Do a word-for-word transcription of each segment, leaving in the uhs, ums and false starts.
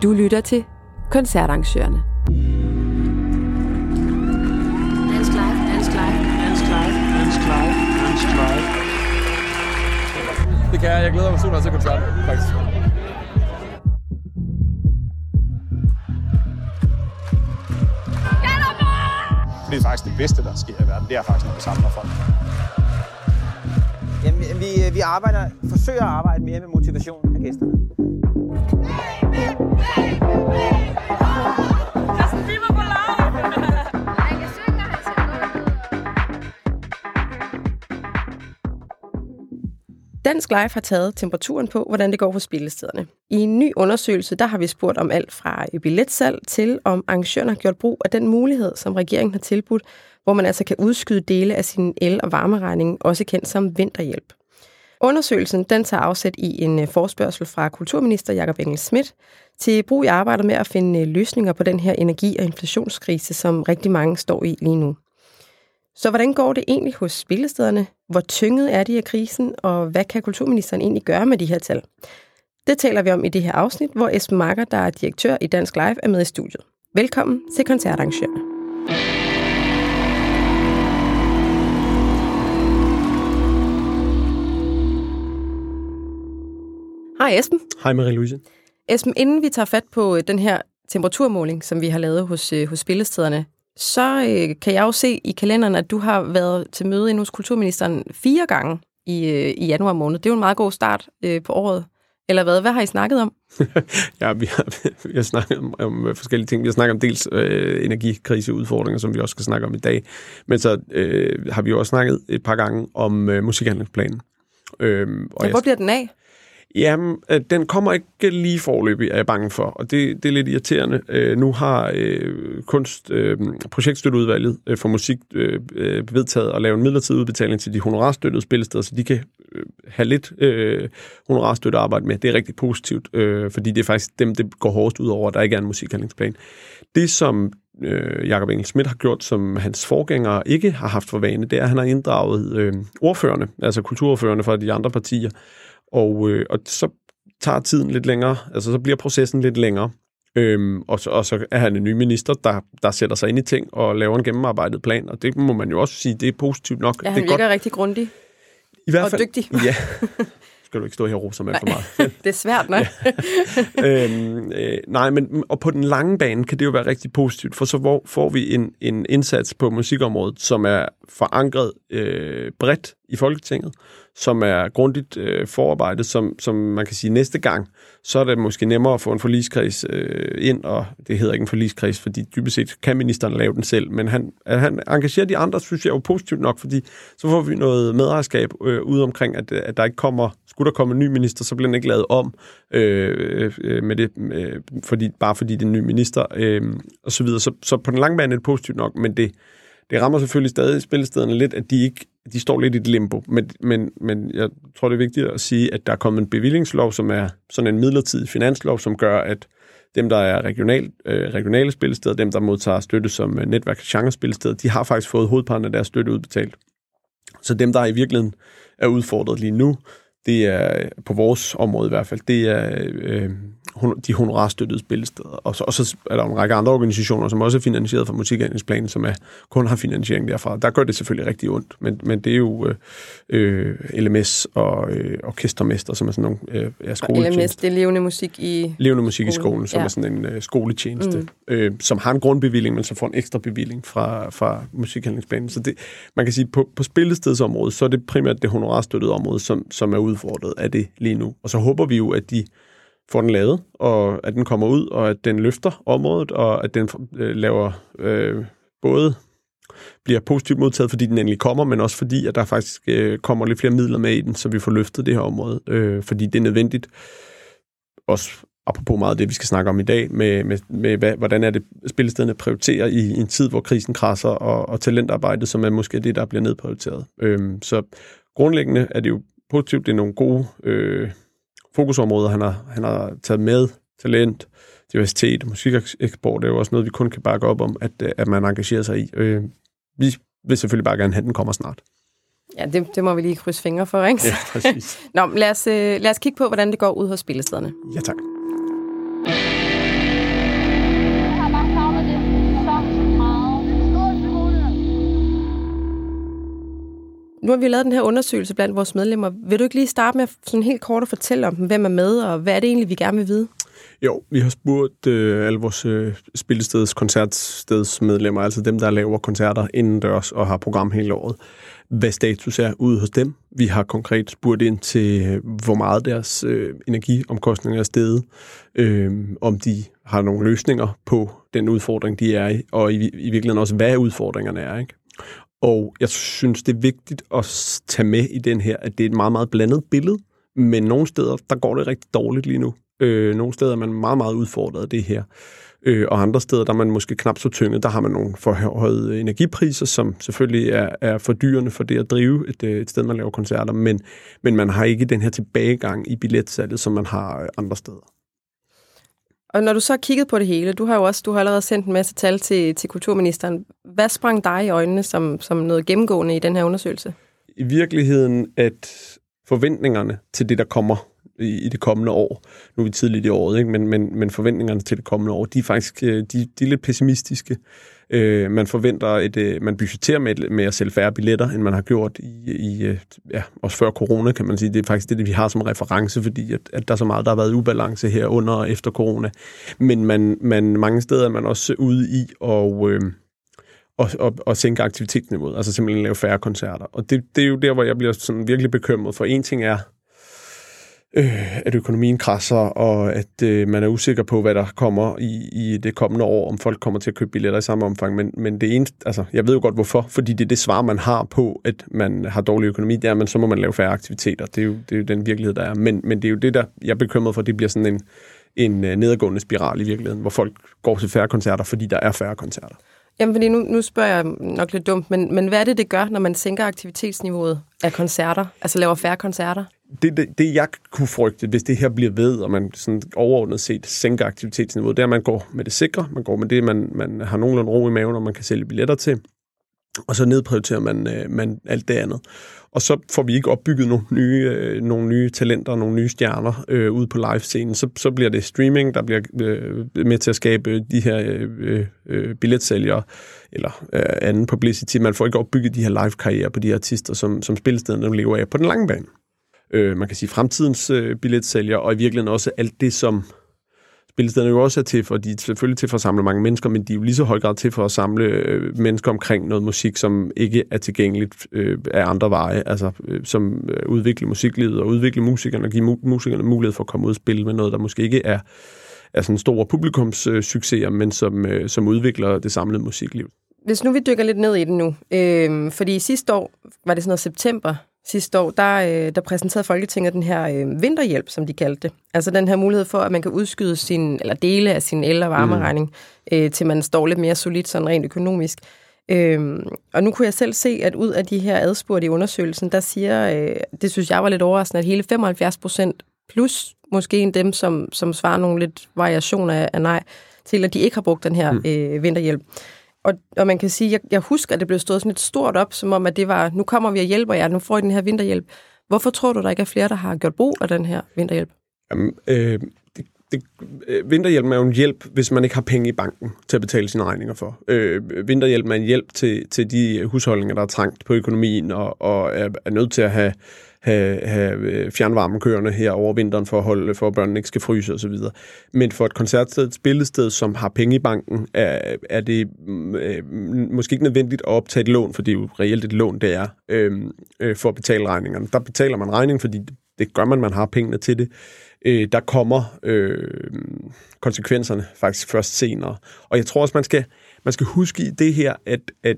Du lytter til Koncertarrangørerne. Dansk Live, Dansk Live, Dansk Live, Dansk Live, Dansk Live. Det kan jeg. Jeg glæder mig super til koncerten, faktisk. Det er faktisk det bedste, der sker i verden. Det er faktisk, når vi samler folk. Jamen, vi, vi arbejder, forsøger at arbejde mere med motivation af gæsterne. Dansk Live har taget temperaturen på, hvordan det går på spillestederne. I en ny undersøgelse, der har vi spurgt om alt fra billetsalg til, om arrangørerne har gjort brug af den mulighed, som regeringen har tilbudt, hvor man altså kan udskyde dele af sin el- og varmeregning, også kendt som vinterhjælp. Undersøgelsen den tager afsæt i en forespørgsel fra kulturminister Jakob Engel-Schmidt til brug i arbejdet med at finde løsninger på den her energi- og inflationskrise, som rigtig mange står i lige nu. Så hvordan går det egentlig hos spillestederne? Hvor tynget er de af krisen, og hvad kan kulturministeren egentlig gøre med de her tal? Det taler vi om i det her afsnit, hvor Esben Marker, der er direktør i Dansk Live, er med i studiet. Velkommen til Koncertarrangørerne. Hej Esben. Hej Marie-Louise. Esben, inden vi tager fat på den her temperaturmåling, som vi har lavet hos, hos spillestederne, så øh, kan jeg jo se i kalenderen, at du har været til møde inde hos kulturministeren fire gange i, øh, i januar måned. Det er jo en meget god start øh, på året. Eller hvad? Hvad har I snakket om? ja, vi har, vi har snakket om, om forskellige ting. Vi har snakket om dels øh, energikriseudfordringer, som vi også skal snakke om i dag. Men så øh, har vi jo også snakket et par gange om øh, musikhandlingsplanen. Øh, ja, hvor bliver den af? Jamen, den kommer ikke lige forløbig, er jeg bange for, og det, det er lidt irriterende. Øh, nu har øh, kunst, øh, projektstøtteudvalget øh, for musik øh, vedtaget at lave en midlertidig udbetaling til de honorarstøttede spillesteder, så de kan øh, have lidt øh, honorarstøtte at arbejde med. Det er rigtig positivt, øh, fordi det er faktisk dem, det går hårdest ud over, at der ikke er en musikhandlingsplan. Det, som øh, Jakob Engel-Schmidt har gjort, som hans forgængere ikke har haft for vane, det er, at han har inddraget øh, ordførerne, altså kulturordførerne fra de andre partier. Og, øh, og så tager tiden lidt længere, altså så bliver processen lidt længere. Øhm, og, så, og så er han en ny minister, der, der sætter sig ind i ting og laver en gennemarbejdet plan, og det må man jo også sige, det er positivt nok. Ja, han det er virker godt. rigtig grundig I hvert fald, og dygtig. Ja, skal du ikke stå her og rose ham alt for meget. Det er svært, nej. Ja. øhm, øh, nej, men og på den lange bane kan det jo være rigtig positivt, for så hvor får vi en, en indsats på musikområdet, som er forankret øh, bredt i Folketinget, som er grundigt øh, forarbejdet, som, som man kan sige næste gang, så er det måske nemmere at få en forligskreds øh, ind, og det hedder ikke en forligskreds, fordi dybest set kan ministeren lave den selv, men han, at han engagerer de andre, synes jeg er jo positivt nok, fordi så får vi noget medejerskab øh, ude omkring, at, at der ikke kommer, skulle der komme en ny minister, så bliver den ikke lavet om, øh, øh, med det, øh, fordi, bare fordi det er en ny minister, øh, og så videre. Så, så på den lange bane er det positivt nok, men det Det rammer selvfølgelig stadig spillestederne lidt, at de ikke de står lidt i et limbo. Men, men, men jeg tror, det er vigtigt at sige, at der er kommet en bevillingslov, som er sådan en midlertidig finanslov, som gør, at dem, der er regional, øh, regionale spillesteder, dem, der modtager støtte som netværk- og genrespillesteder, de har faktisk fået hovedparten af deres støtte udbetalt. Så dem, der i virkeligheden er udfordret lige nu, det er på vores område i hvert fald, det er øh, de honorarstøttede spillesteder. Og så, og så er der en række andre organisationer, som også er finansieret fra musikhandlingsplanen, som er, kun har finansiering derfra. Der gør det selvfølgelig rigtig ondt, men, men det er jo øh, L M S og øh, Orkestermester, som er sådan nogle øh, ja, skoletjenester. L M S, det er levende musik i Levende musik skolen. i skolen, som ja. er sådan en øh, skoletjeneste, mm. øh, som har en grundbevilling, men så får en ekstra bevilling fra, fra musikhandlingsplanen. Så det, man kan sige, på, på spillestedsområdet, så er det primært det honorarstøttede område, som, som er udfordret af det lige nu. Og så håber vi jo, at de får den lavet, og at den kommer ud, og at den løfter området, og at den øh, laver øh, både bliver positivt modtaget, fordi den endelig kommer, men også fordi, at der faktisk øh, kommer lidt flere midler med i den, så vi får løftet det her område, øh, fordi det er nødvendigt, også apropos meget af det, vi skal snakke om i dag, med, med, med hvad, hvordan er det spillestederne prioriterer i, i en tid, hvor krisen krasser, og, og talentarbejde, som er måske det, der bliver nedprioriteret. Øh, så grundlæggende er det jo positivt, det er nogle gode øh, fokusområder, han har, han har taget med. Talent, diversitet, musikeksport er jo også noget, vi kun kan bakke op om, at, at man engagerer sig i. Øh, vi vil selvfølgelig bare gerne have, at den kommer snart. Ja, det, det må vi lige krydse fingre for, ikke? Ja, præcis. Nå, lad os, lad os kigge på, hvordan det går ud hos spillestederne. Ja, tak. nu har vi lavet den her undersøgelse blandt vores medlemmer. Vil du ikke lige starte med sådan helt kort at fortælle om dem, hvem er med, og hvad er det egentlig, vi gerne vil vide? Jo, vi har spurgt øh, alle vores øh, spillesteds, koncertstedsmedlemmer, altså dem, der laver koncerter indendørs og har program hele året, hvad status er ude hos dem. Vi har konkret spurgt ind til, hvor meget deres øh, energiomkostninger er steget, øh, om de har nogle løsninger på den udfordring, de er i, og i, i virkeligheden også, hvad udfordringerne er, ikke? Og jeg synes, det er vigtigt at tage med i den her, at det er et meget, meget blandet billede, men nogle steder, der går det rigtig dårligt lige nu. Øh, nogle steder er man meget, meget udfordret af det her. Øh, og andre steder, der er man måske knap så tynget. Der har man nogle forhøjede energipriser, som selvfølgelig er, er fordyrende for det at drive et, et sted, man laver koncerter. Men, men man har ikke den her tilbagegang i billetsalget, som man har andre steder. Og når du så har kigget på det hele, du har jo også du har allerede sendt en masse tal til, til kulturministeren. Hvad sprang dig i øjnene som, som noget gennemgående i den her undersøgelse? I virkeligheden, at forventningerne til det, der kommer i, i det kommende år, nu er vi tidligt i året, ikke? Men, men, men forventningerne til det kommende år, de er faktisk de, de er lidt pessimistiske. Øh, man forventer, et, man budgetterer med, med at sælge færre billetter, end man har gjort i, i ja, også før corona, kan man sige. Det er faktisk det, vi har som reference, fordi at, at der er så meget, der har været ubalance her under og efter corona. Men man, man, mange steder er man også ude i at øh, og, og, og sænke aktivitetsniveauet, altså simpelthen lave færre koncerter. Og det, det er jo der, hvor jeg bliver sådan virkelig bekymret, for en ting er, Øh, at økonomien krasser, og at øh, man er usikker på, hvad der kommer i, i det kommende år, om folk kommer til at købe billetter i samme omfang. Men, men det eneste, altså, jeg ved jo godt hvorfor, fordi det er det svar, man har på, at man har dårlig økonomi, det er, men så må man lave færre aktiviteter. Det er jo, det er jo den virkelighed, der er. Men, men det er jo det, der jeg er bekymret for, det bliver sådan en, en nedadgående spiral i virkeligheden, hvor folk går til færre koncerter, fordi der er færre koncerter. Jamen, fordi nu, nu spørger jeg nok lidt dumt, men, men hvad er det, det gør, når man sænker aktivitetsniveauet af koncerter, altså laver færre koncerter? Det, det, det jeg kunne frygte, hvis det her bliver ved, og man sådan overordnet set sænker aktivitetsniveauet, det er, at man går med det sikre, man går med det, man, man har nogenlunde ro i maven, og man kan sælge billetter til, og så nedprioriterer man, øh, man alt det andet. Og så får vi ikke opbygget nogle nye, øh, nogle nye talenter, nogle nye stjerner øh, ude på live-scenen. Så, så bliver det streaming, der bliver øh, med til at skabe de her øh, øh, billetsælgere, eller øh, anden publicity. Man får ikke opbygget de her live-karrierer på de artister, som, som spillestederne lever af på den lange bane. Øh, man kan sige fremtidens øh, billetsælgere, og i virkeligheden også alt det, som spillestederne jo også er til for. De er selvfølgelig til for at samle mange mennesker, men de er jo lige så høj grad til for at samle øh, mennesker omkring noget musik, som ikke er tilgængeligt øh, af andre veje. Altså øh, som øh, udvikle musiklivet og udvikle musikerne og give mu- musikerne mulighed for at komme ud og spille med noget, der måske ikke er, er sådan store publikumssucceser, øh, men som, øh, som udvikler det samlede musikliv. Hvis nu vi dykker lidt ned i det nu, øh, fordi sidste år, var det sådan noget september, sidste år, der, der præsenterede Folketinget den her øh, vinterhjælp, som de kaldte det. Altså den her mulighed for, at man kan udskyde sin, eller dele af sin el- og varmeregning, mm. øh, til man står lidt mere solidt sådan rent økonomisk. Øh, og nu kunne jeg selv se, at ud af de her adspurgte i undersøgelsen, der siger, øh, det synes jeg var lidt overraskende, at hele femoghalvfjerds procent plus måske en dem, som, som svarer nogle lidt variationer af, af nej, til at de ikke har brugt den her mm. øh, vinterhjælp. Og, og man kan sige, jeg, jeg husker, at det blev stået sådan lidt stort op, som om, at det var, nu kommer vi og hjælper jer, nu får I den her vinterhjælp. Hvorfor tror du, der ikke er flere, der har gjort brug af den her vinterhjælp? Jamen, øh, det, det, øh, vinterhjælp er jo en hjælp, hvis man ikke har penge i banken til at betale sine regninger for. Øh, vinterhjælp er en hjælp til, til de husholdninger, der er trængt på økonomien, og, og er, er nødt til at have have, have fjernvarmen kørende her over vinteren for at holde, for at børnene ikke skal fryse osv. Men for et koncertsted, et spillested, som har penge i banken, er, er det øh, måske ikke nødvendigt at optage et lån, for det er jo reelt et lån, det er, øh, øh, for at betale regningerne. Der betaler man regningen, fordi det gør man, man har pengene til det. Øh, der kommer øh, konsekvenserne faktisk først senere. Og jeg tror også, man skal, man skal huske i det her, at, at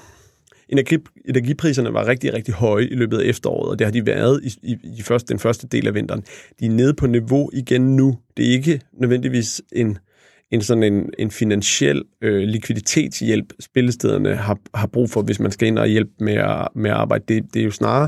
Energi, energipriserne var rigtig, rigtig høje i løbet af efteråret, og det har de været i, i, i første, den første del af vinteren. De er nede på niveau igen nu. Det er ikke nødvendigvis en, en sådan en, en finansiel øh, likviditetshjælp, spillestederne har, har brug for, hvis man skal ind og hjælpe med at, med at arbejde. Det, det er jo snarere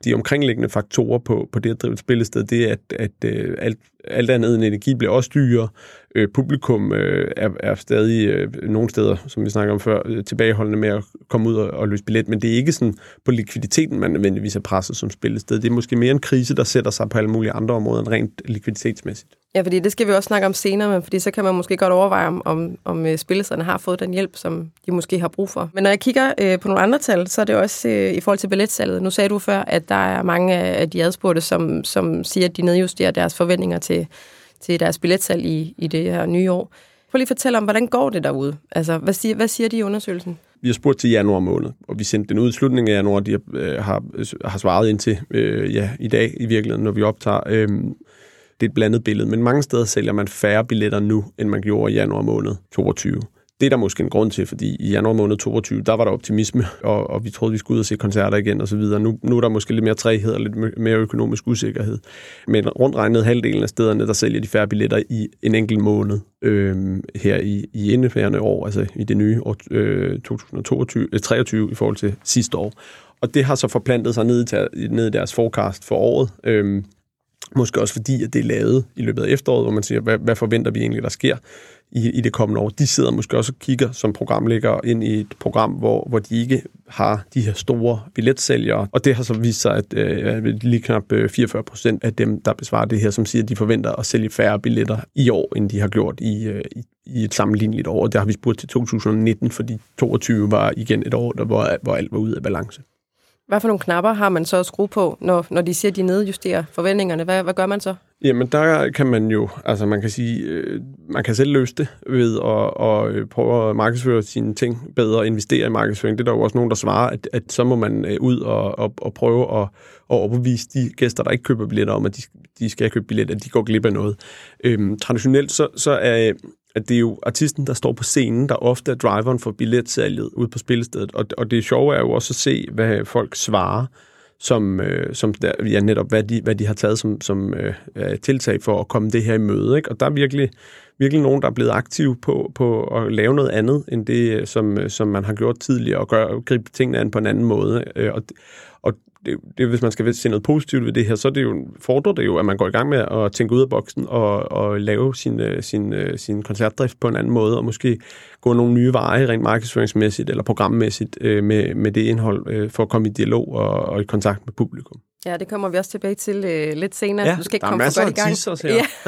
de omkringliggende faktorer på, på det at drive et spillested, det er, at, at øh, alt, alt andet end energi bliver også dyrere. Øh, publikum øh, er, er stadig øh, nogle steder, som vi snakker om før, øh, tilbageholdende med at komme ud og, og løse billet, men det er ikke sådan på likviditeten, man nødvendigvis er presset som spillested. Det er måske mere en krise, der sætter sig på alle mulige andre områder end rent likviditetsmæssigt. Ja, fordi det skal vi også snakke om senere, men fordi så kan man måske godt overveje, om, om, om spillestederne har fået den hjælp, som de måske har brug for. Men når jeg kigger øh, på nogle andre tal, så er det også øh, i forhold til billetsalget. Nu sagde du før, at der er mange af de adspurgte, som, som siger, at de nedjusterer deres forventninger til, til deres billetsalg i, i det her nye år. Prøv lige at fortælle om, hvordan går det derude? Altså, hvad siger, hvad siger de i undersøgelsen? Vi har spurgt til januar måned, og vi sendte den ud i slutningen af januar. De øh, har, har svaret ind til øh, ja, i dag i virkeligheden, når vi optager. Øh, det er et blandet billede, men mange steder sælger man færre billetter nu, end man gjorde i januar måned toogtyve. Det er der måske en grund til, fordi i januar måned toogtyve, der var der optimisme, og, og vi troede, vi skulle ud og se koncerter igen og så videre. Nu, nu er der måske lidt mere træghed og lidt mere økonomisk usikkerhed. Men rundt regnet halvdelen af stederne, der sælger de færre billetter i en enkelt måned øh, her i, i indeværende år, altså i det nye år øh, to tusind og treogtyve i forhold til sidste år. Og det har så forplantet sig ned i, ned i deres forecast for året. Øh, Måske også fordi, at det er lavet i løbet af efteråret, hvor man siger, hvad, hvad forventer vi egentlig, der sker i, i det kommende år. De sidder måske også og kigger som programlæggere ind i et program, hvor, hvor de ikke har de her store billetsælgere. Og det har så vist sig, at øh, lige knap fireogfyrre procent af dem, der besvarer det her, som siger, at de forventer at sælge færre billetter i år, end de har gjort i, øh, i, i et sammenligneligt år. Og der har vi spurgt til to tusind nitten, fordi toogtyve var igen et år, der, hvor, hvor alt var ude af balance. Hvad for nogle knapper har man så at skrue på, når, når de siger, at de nedjusterer forventningerne? Hvad, hvad gør man så? Jamen, der kan man jo, altså man kan sige, øh, man kan selv løse det ved at, at prøve at markedsføre sine ting bedre og investere i markedsføring. Det er der jo også nogen, der svarer, at, at så må man ud og, og, og prøve at, at overbevise de gæster, der ikke køber billetter om, at de, de skal købe billetter, at de går glip af noget. Øhm, traditionelt så, så er at det er jo artisten, der står på scenen, der ofte er driveren for billetsalget ude på spillestedet. Og, og det sjove er jo også at se, hvad folk svarer, som, øh, som der, ja, netop hvad de, hvad de har taget som, som øh, tiltag for at komme det her i møde. Ikke? Og der er virkelig, virkelig nogen, der er blevet aktive på, på at lave noget andet, end det, som, som man har gjort tidligere, og gøre, gribe tingene an på en anden måde. Og, og det, det, hvis man skal se noget positivt ved det her, så er det jo, fordrer det jo, at man går i gang med at tænke ud af boksen og, og lave sin, sin, sin koncertdrift på en anden måde, og måske gå nogle nye veje rent markedsføringsmæssigt eller programmæssigt øh, med, med det indhold, øh, for at komme i dialog og, og i kontakt med publikum. Ja, det kommer vi også tilbage til øh, lidt senere. Ja, du skal ikke der komme er masser for godt i gang. af teasers her. Ja.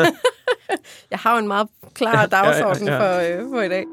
Jeg har jo en meget klar dagsorden ja, ja, ja. For, øh, for i dag.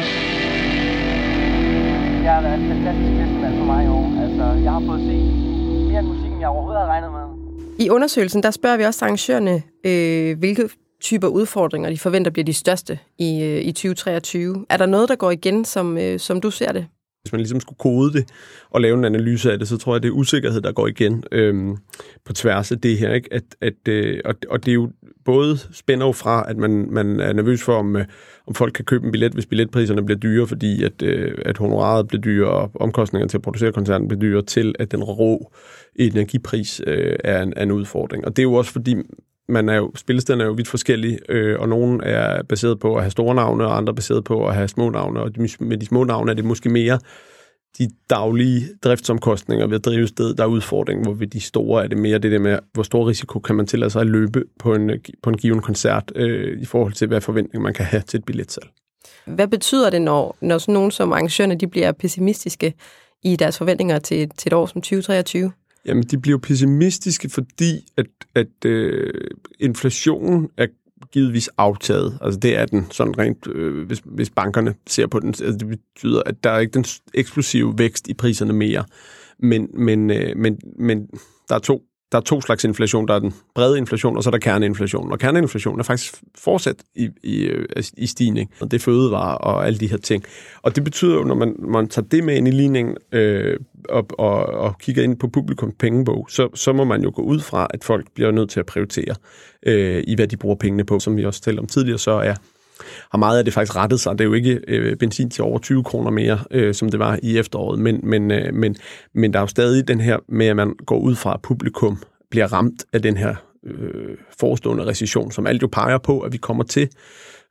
Det har været et fantastisk festival for mig i år. Altså, jeg har fået set mere musik, end jeg overhovedet havde regnet med. I undersøgelsen, der spørger vi også arrangørerne, øh, hvilke typer udfordringer de forventer bliver de største i, øh, i tyve treogtyve. Er der noget, der går igen, som, øh, som du ser det? Hvis man ligesom skulle kode det og lave en analyse af det, så tror jeg, det er usikkerhed, der går igen øhm, på tværs af det her. Ikke? At, at, øh, og, og det er jo både spænder jo fra, at man, man er nervøs for, om, øh, om folk kan købe en billet, hvis billetpriserne bliver dyre, fordi at, øh, at honoraret bliver dyre, og omkostningerne til at producere koncerten bliver dyre, til at den rå energipris øh, er, en, er en udfordring. Og det er jo også fordi, man er jo, spillestederne er jo vidt forskellige, øh, og nogle er baseret på at have store navne, og andre er baseret på at have små navne, og de, med de små navne er det måske mere de daglige driftsomkostninger ved at drive sted, der er udfordringen, hvor ved de store er det mere det der med, hvor stor risiko kan man tillade sig at løbe på en, på en given koncert, øh, i forhold til, hvad forventning man kan have til et billetsalg. Hvad betyder det, når, når sådan nogen som arrangørerne, de bliver pessimistiske i deres forventninger til, til et år som tyve treogtyve? Jamen, de bliver pessimistiske, fordi at, at øh, inflationen er givetvis aftaget. Altså, det er den sådan rent, øh, hvis, hvis bankerne ser på den. Altså, det betyder, at der er ikke den eksplosive vækst i priserne mere. Men, men, øh, men, men der er to Der er to slags inflation. Der er den brede inflation, og så er der kerneinflation. Og kerneinflation er faktisk fortsat i, i, i stigning. Og det er fødevarer og alle de her ting. Og det betyder jo, når man, man tager det med ind i ligningen øh, og, og, og kigger ind på publikums pengebog, så, så må man jo gå ud fra, at folk bliver nødt til at prioritere øh, i, hvad de bruger pengene på. Som vi også talte om tidligere, så er har meget af det faktisk rettet sig. Det er jo ikke øh, benzin til over tyve kroner mere, øh, som det var i efteråret, men, men, øh, men, men der er jo stadig den her med, at man går ud fra, at publikum bliver ramt af den her øh, forestående recession, som alt jo peger på, at vi kommer til.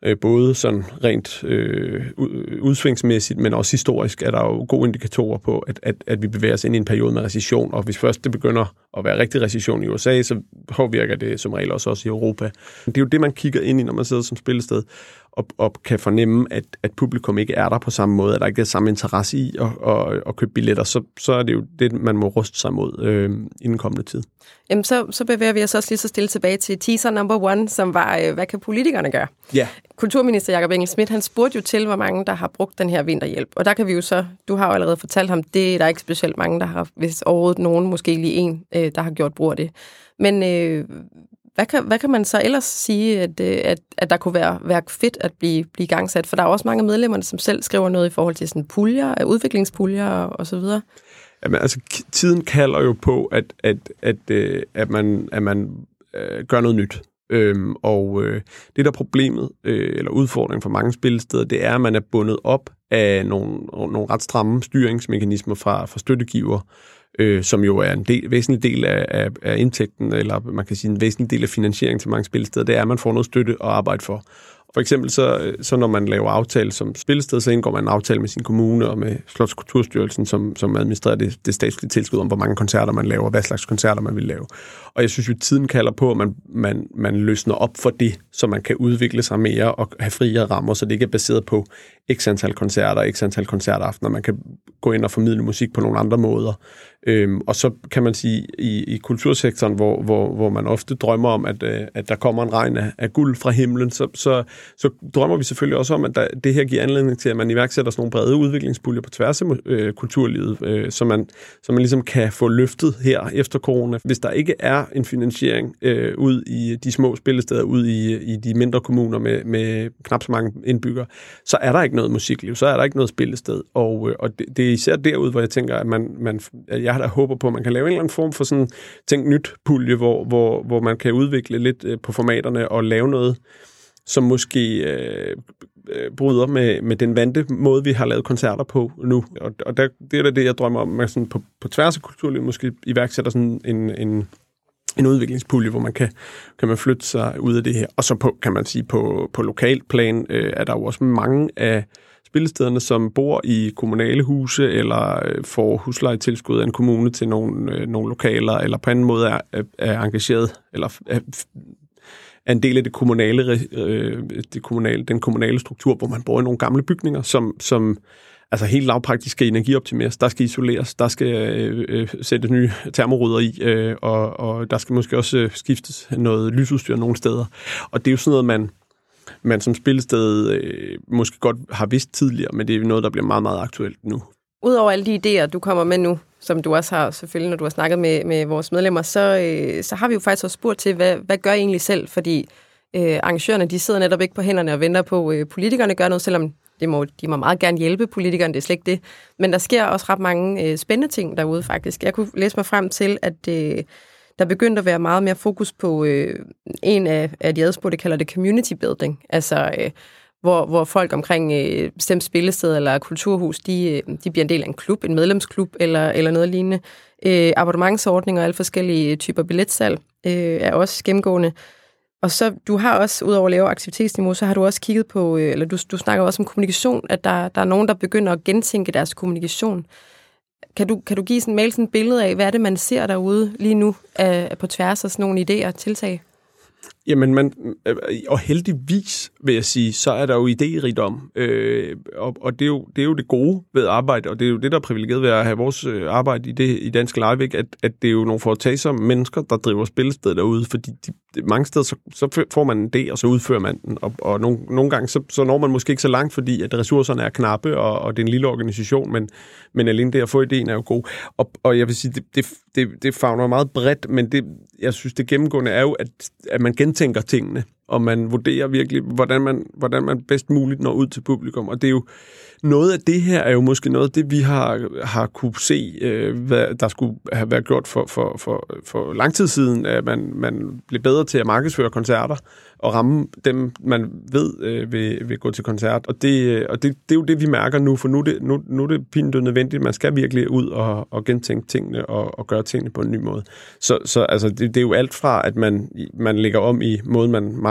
Øh, både sådan rent øh, udsvingsmæssigt, men også historisk er der jo gode indikatorer på, at, at, at vi bevæger os ind i en periode med recession, og hvis først det begynder at være rigtig recession i U S A, så påvirker det som regel også, også i Europa. Det er jo det, man kigger ind i, når man sidder som spillested, og, og kan fornemme, at, at publikum ikke er der på samme måde, at der ikke er samme interesse i at, at, at købe billetter, så, så er det jo det, man må ruste sig mod øh, i den kommende tid. Jamen, så, så bevæger vi os også lige så stille tilbage til teaser number one, som var, øh, hvad kan politikerne gøre? Ja. Kulturminister Jakob Engel-Schmidt, han spurgte jo til, hvor mange der har brugt den her vinterhjælp. Og der kan vi jo så, du har jo allerede fortalt ham, det er der ikke specielt mange, der har, hvis overhovedet nogen, måske lige en, øh, der har gjort brug af det. Men øh, hvad, kan, hvad kan man så ellers sige, at, at, at der kunne være, være fedt at blive, blive igangsat? For der er også mange af medlemmerne, som selv skriver noget i forhold til sådan puljer, udviklingspuljer og, og så videre. Jamen, altså, tiden kalder jo på, at, at, at, at, at man, at man øh, gør noget nyt. Øhm, og øh, det der problemet, øh, eller udfordringen for mange spillesteder, det er, at man er bundet op af nogle, nogle ret stramme styringsmekanismer fra, fra støttegiver, øh, som jo er en del, væsentlig del af, af, af indtægten, eller man kan sige en væsentlig del af finansieringen til mange spillesteder, det er, at man får noget støtte at arbejde for. For eksempel så, så når man laver aftale som spillested, så indgår man en aftale med sin kommune og med Slots- og Kulturstyrelsen, som, som administrerer det, det statslige tilskud om, hvor mange koncerter man laver, hvad slags koncerter man vil lave. Og jeg synes jo, tiden kalder på, at man, man, man løsner op for det, så man kan udvikle sig mere og have friere rammer, så det ikke er baseret på x antal koncerter, x antal koncertaftener. Man kan gå ind og formidle musik på nogle andre måder. Øhm, og så kan man sige, i, i kultursektoren, hvor, hvor, hvor man ofte drømmer om, at, at der kommer en regn af, af guld fra himlen, så, så, så drømmer vi selvfølgelig også om, at der, det her giver anledning til, at man iværksætter sådan nogle brede udviklingspuljer på tværs af øh, kulturlivet, øh, så, man, så man ligesom kan få løftet her efter corona. Hvis der ikke er en finansiering øh, ud i de små spillesteder, ud i, i de mindre kommuner med, med knap så mange indbyggere, så er der ikke noget musikliv, så er der ikke noget spillested. Og, øh, og det, det er især derude, hvor jeg tænker, at man, man at jeg der håber på, at man kan lave en eller anden form for sådan tænkt nyt pulje, hvor, hvor, hvor man kan udvikle lidt øh, på formaterne og lave noget, som måske øh, øh, bryder med, med den vante måde, vi har lavet koncerter på nu. Og, og der, det er da det, jeg drømmer om, at sådan på, på tværs af kulturlivet måske iværksætter sådan en, en, en udviklingspulje, hvor man kan, kan man flytte sig ud af det her. Og så på, kan man sige, på, på lokalt plan øh, er der jo også mange af spillestederne, som bor i kommunale huse, eller får huslejetilskud af en kommune til nogle, øh, nogle lokaler, eller på anden måde er, er engageret, eller er, er en del af det kommunale, øh, det kommunale, den kommunale struktur, hvor man bor i nogle gamle bygninger, som, som altså helt lavpraktisk skal energioptimeres, der skal isoleres, der skal øh, øh, sættes nye termoruder i, øh, og, og der skal måske også øh, skiftes noget lysudstyr nogle steder. Og det er jo sådan noget, man man som spillested øh, måske godt har vidst tidligere, men det er noget, der bliver meget, meget aktuelt nu. Udover alle de idéer, du kommer med nu, som du også har selvfølgelig, når du har snakket med, med vores medlemmer, så, øh, så har vi jo faktisk også spurgt til, hvad, hvad gør I egentlig selv? Fordi øh, arrangørerne, de sidder netop ikke på hænderne og venter på, øh, politikerne gør noget, selvom det må, de må meget gerne hjælpe politikerne, det er slet ikke det. Men der sker også ret mange øh, spændende ting derude faktisk. Jeg kunne læse mig frem til, at øh, der begyndte at være meget mere fokus på øh, en af, af de adspurgte, kalder det community building, altså øh, hvor, hvor folk omkring øh, bestemt spillested eller kulturhus, de, øh, de bliver en del af en klub, en medlemsklub eller, eller noget lignende. Øh, abonnementsordninger og alle forskellige typer billetsalg øh, er også gennemgående. Og så, du har også, udover at lave aktivitetsniveau, så har du også kigget på, øh, eller du, du snakker også om kommunikation, at der, der er nogen, der begynder at gentænke deres kommunikation. Kan du, kan du give sådan, mail sådan et billede af, hvad er det, man ser derude lige nu af, på tværs af sådan nogle idéer og tiltag? Jamen, man, og heldigvis, vil jeg sige, så er der jo idérigdom, øh, og, og det, er jo, det er jo det gode ved arbejde, og det er jo det, der er privilegeret ved at have vores arbejde i, det, i Dansk Live, at, at det er jo nogle foretagsomme mennesker, der driver spillested derude, fordi de, de, mange steder, så, så får man en idé, og så udfører man den, og, og nogle, nogle gange, så, så når man måske ikke så langt, fordi at ressourcerne er knappe, og, og det er en lille organisation, men, men alene det at få idéen er jo god. Og, og jeg vil sige, det, det, det, det favner meget bredt, men det, jeg synes, det gennemgående er jo, at, at man gentænker tingene, og man vurderer virkelig, hvordan man, hvordan man bedst muligt når ud til publikum. Og det er jo noget af det her er jo måske noget af det, vi har, har kunne se, øh, hvad der skulle have været gjort for, for, for, for lang tid siden, at man, man blev bedre til at markedsføre koncerter og ramme dem, man ved øh, vil, vil gå til koncert. Og, det, og det, det er jo det, vi mærker nu, for nu er det, nu, nu er det pinligt nødvendigt. Man skal virkelig ud og, og gentænke tingene og, og gøre tingene på en ny måde. Så, så altså, det, det er jo alt fra, at man, man lægger om i måden, man markedsfører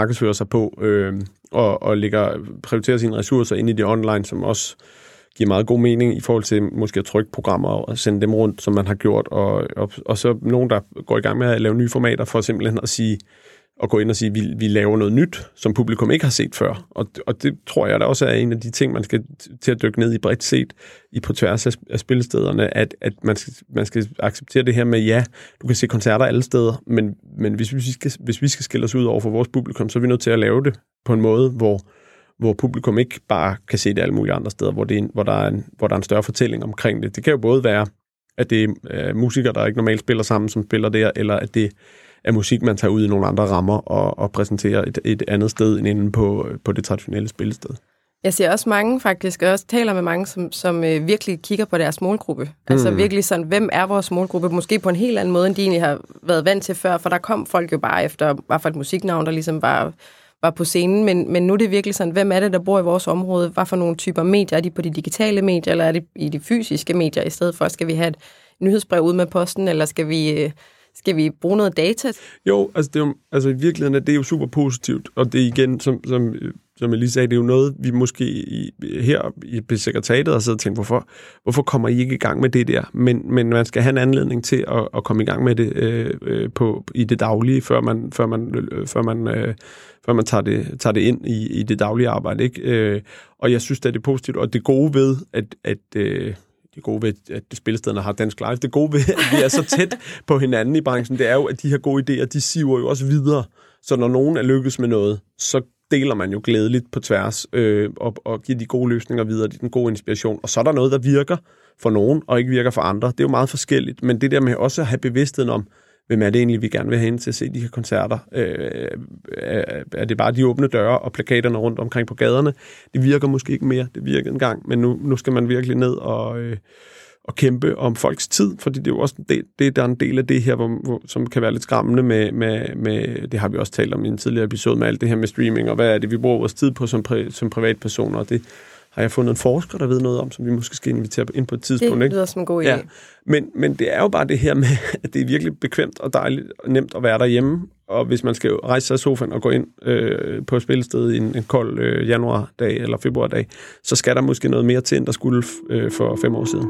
markedsfører sig på, øh, og, og lægger, prioriterer sine ressourcer ind i det online, som også giver meget god mening i forhold til måske at trykke programmer og sende dem rundt, som man har gjort, og, og, og så nogen, der går i gang med at lave nye formater, for simpelthen at sige, og gå ind og sige, vi, vi laver noget nyt, som publikum ikke har set før. Og, og det tror jeg, der også er en af de ting, man skal til at dykke ned i bredt set, i på tværs af, af spillestederne, at, at man, skal, man skal acceptere det her med, ja, du kan se koncerter alle steder, men, men hvis, vi skal, hvis vi skal skille os ud over for vores publikum, så er vi nødt til at lave det på en måde, hvor, hvor publikum ikke bare kan se det alle mulige andre steder, hvor, det er, hvor, der er en, hvor der er en større fortælling omkring det. Det kan jo både være, at det er uh, musikere, der ikke normalt spiller sammen, som spiller der, eller at det af musik, man tager ud i nogle andre rammer og, og præsenterer et, et andet sted end inde på, på det traditionelle spillested. Jeg ser også mange faktisk, og også taler med mange, som, som øh, virkelig kigger på deres målgruppe. Mm. Altså virkelig sådan, hvem er vores målgruppe? Måske på en helt anden måde, end de egentlig har været vant til før, for der kom folk jo bare efter, hvad for et musiknavn, der ligesom var, var på scenen, men, men nu er det virkelig sådan, hvem er det, der bor i vores område? Hvad for nogle typer medier? Er de på de digitale medier, eller er det i de fysiske medier i stedet for? Skal vi have et nyhedsbrev ud med posten, eller skal vi... Øh, Skal vi bruge noget data? Jo, altså, det er jo, altså i virkeligheden er det jo super positivt, og det er igen, som, som, som jeg lige sagde, det er jo noget, vi måske i, her i sekretariatet har siddet og tænkt, hvorfor, hvorfor kommer I ikke i gang med det der? Men, men man skal have en anledning til at, at komme i gang med det øh, på, i det daglige, før man, før man, øh, før man, øh, før man tager, det, tager det ind i, i det daglige arbejde. Ikke? Øh, og jeg synes, at det er positivt, og det gode ved, at... at øh, det gode ved, at spillestederne har Dansk Live. Det gode ved, at vi er så tæt på hinanden i branchen, det er jo, at de her gode idéer, de siver jo også videre. Så når nogen er lykkes med noget, så deler man jo glædeligt på tværs øh, og, og giver de gode løsninger videre, den gode inspiration. Og så er der noget, der virker for nogen, og ikke virker for andre. Det er jo meget forskelligt. Men det der med også at have bevidstheden om, hvem er det egentlig, vi gerne vil have ind til at se de her koncerter? Øh, er det bare de åbne døre og plakaterne rundt omkring på gaderne? Det virker måske ikke mere. Det virker en gang, men nu, nu skal man virkelig ned og, øh, og kæmpe om folks tid, fordi det er jo også en del, det, der er en del af det her, hvor, hvor, som kan være lidt skræmmende med, med, med, det har vi også talt om i en tidligere episode, med alt det her med streaming, og hvad er det, vi bruger vores tid på som, pri, som privatpersoner, og det har jeg fundet en forsker, der ved noget om, som vi måske skal invitere ind på et tidspunkt. Det lyder som en god idé. Ja. Men, men det er jo bare det her med, at det er virkelig bekvemt og dejligt og nemt at være derhjemme. Og hvis man skal rejse sig af sofaen og gå ind øh, på et spillested en, en kold øh, januardag eller februardag, så skal der måske noget mere til, end der skulle øh, for fem år siden.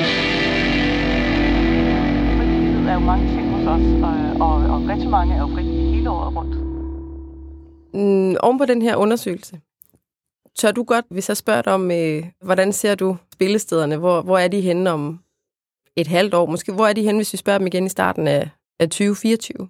Frivillighed er jo mange ting hos os, og, og, og rigtig mange er jo frivillige hele året rundt. Mm, oven på den her undersøgelse, tør du godt, hvis jeg spørger dig om, øh, hvordan ser du spillestederne? Hvor, hvor er de henne om et halvt år? Måske hvor er de henne, hvis vi spørger dem igen i starten af, af tyve fireogtyve?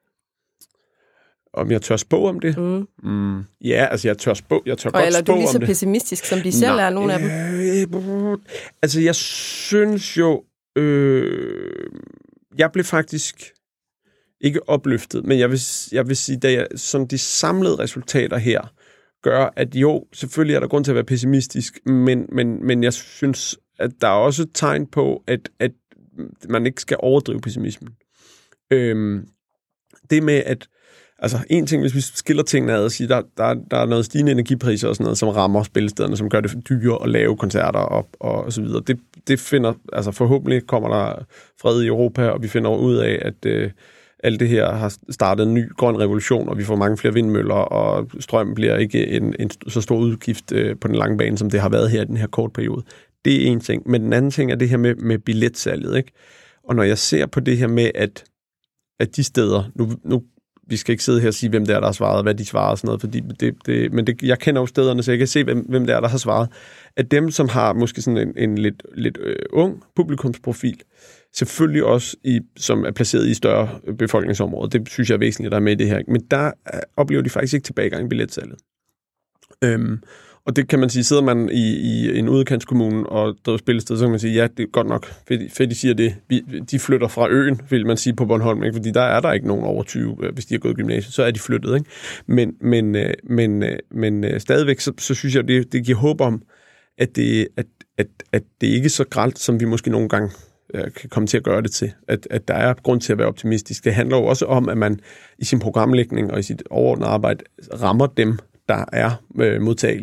Om jeg tør spå om det? Mm. Mm. Ja, altså jeg tør spå, jeg tør og godt eller spå om det. Eller du er lige så pessimistisk, som de selv Nej, er, nogle af dem? Øh, altså jeg synes jo, øh, jeg blev faktisk ikke opløftet, men jeg vil, jeg vil sige, at som de samlede resultater her, gør, at jo, selvfølgelig er der grund til at være pessimistisk, men, men, men jeg synes, at der er også et tegn på, at, at man ikke skal overdrive pessimismen. Øhm, det med, at altså en ting, hvis vi skiller tingene ad og siger, der, der, der er noget stigende energipriser og sådan noget, som rammer spillestederne, som gør det dyrere at lave koncerter og, og, og så videre. Det, det finder, altså forhåbentlig kommer der fred i Europa, og vi finder ud af, at øh, alt det her har startet en ny grøn revolution, og vi får mange flere vindmøller, og strøm bliver ikke en, en så stor udgift øh, på den lange bane, som det har været her i den her kort periode. Det er en ting. Men den anden ting er det her med, med billetsalget, ikke? Og når jeg ser på det her med, at, at de steder, nu, nu vi skal ikke sidde her og sige, hvem det er, der har svaret, hvad de svarer og sådan noget, fordi det, det, men det, jeg kender jo stederne, så jeg kan se, hvem, hvem det er, der har svaret. At dem, som har måske sådan en, en lidt, lidt øh, ung publikumsprofil, selvfølgelig også, i, som er placeret i større befolkningsområder, det synes jeg er væsentligt, der er med i det her. Men der oplever de faktisk ikke tilbagegang i billetsalget. Øhm, og det kan man sige, sidder man i, i en udkantskommune og driver spillested, så kan man sige, ja, det er godt nok, fedt, fedt de siger det. Vi, de flytter fra øen, vil man sige, på Bornholm, ikke? Fordi der er der ikke nogen over tyve, hvis de har gået i gymnasiet, så er de flyttet, ikke? Men, men, men, men stadigvæk, så, så synes jeg, det, det giver håb om, at det, at, at, at det ikke er så grelt, som vi måske nogle gange kan komme til at gøre det til. At, at der er grund til at være optimistisk. Det handler jo også om, at man i sin programlægning og i sit overordnede arbejde rammer dem, der er øh, modtagelige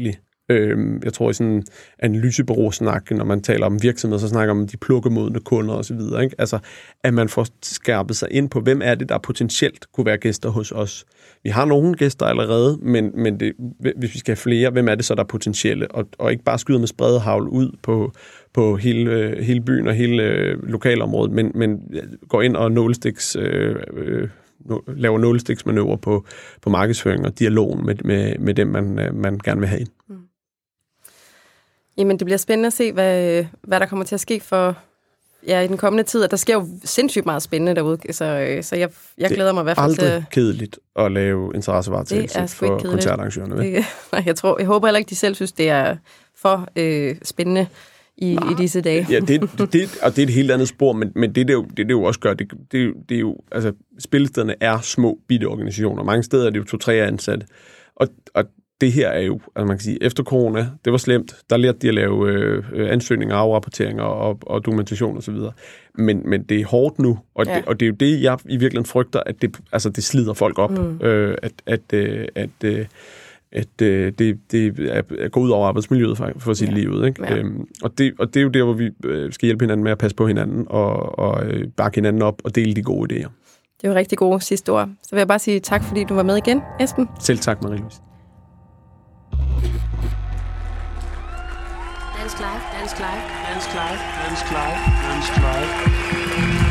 Øhm, jeg tror, i sådan en analysebureau-snak, når man taler om virksomheder, så snakker man om de plukkemodne kunder osv. Altså, at man får skærpet sig ind på, hvem er det, der potentielt kunne være gæster hos os. Vi har nogle gæster allerede, men, men det, hvis vi skal have flere, hvem er det så, der er potentielle? Og, og ikke bare skyde med spredehagl ud på, på hele, hele byen og hele øh, lokalområdet, men, men går ind og nålestiks... Øh, øh, laver nålestiksmanøvrer på, på markedsføring og dialogen med, med, med dem, man, man gerne vil have ind. Mm. Jamen, det bliver spændende at se, hvad, hvad der kommer til at ske for ja, i den kommende tid. Og der sker jo sindssygt meget spændende derude, så, så jeg, jeg glæder mig i hvert fald til... Det er aldrig kedeligt at lave interessevaretagelse for koncertarrangørerne. Det, nej, jeg, tror, jeg håber heller ikke, de selv synes, det er for øh, spændende i, i disse dage. Ja, det, det, det, og det er et helt andet spor, men, men det, det, jo, det, det jo også gør, det, det, det er jo, altså, spillestederne er små, bitte organisationer. Mange steder er det jo to-tre ansatte, og, og det her er jo, altså man kan sige, efter corona, det var slemt, der lærte de at lave øh, ansøgninger, afrapporteringer og, og dokumentation osv. Men, men det er hårdt nu, og, ja. det, og det er jo det, jeg i virkeligheden frygter, at det, altså, det slider folk op, mm. øh, at, at, øh, at øh, at øh, det, det er går ud over arbejdsmiljøet for, for sit ja. liv. Ikke? Ja. Øhm, og, det, og det er jo der, hvor vi øh, skal hjælpe hinanden med at passe på hinanden og, og øh, bakke hinanden op og dele de gode idéer. Det var rigtig gode sidste ord. Så vil jeg bare sige tak, fordi du var med igen, Esben. Selv tak, Marie-Louise. Dansk Live, Dansk Live, Dansk Live, Dansk Live, Dansk Live.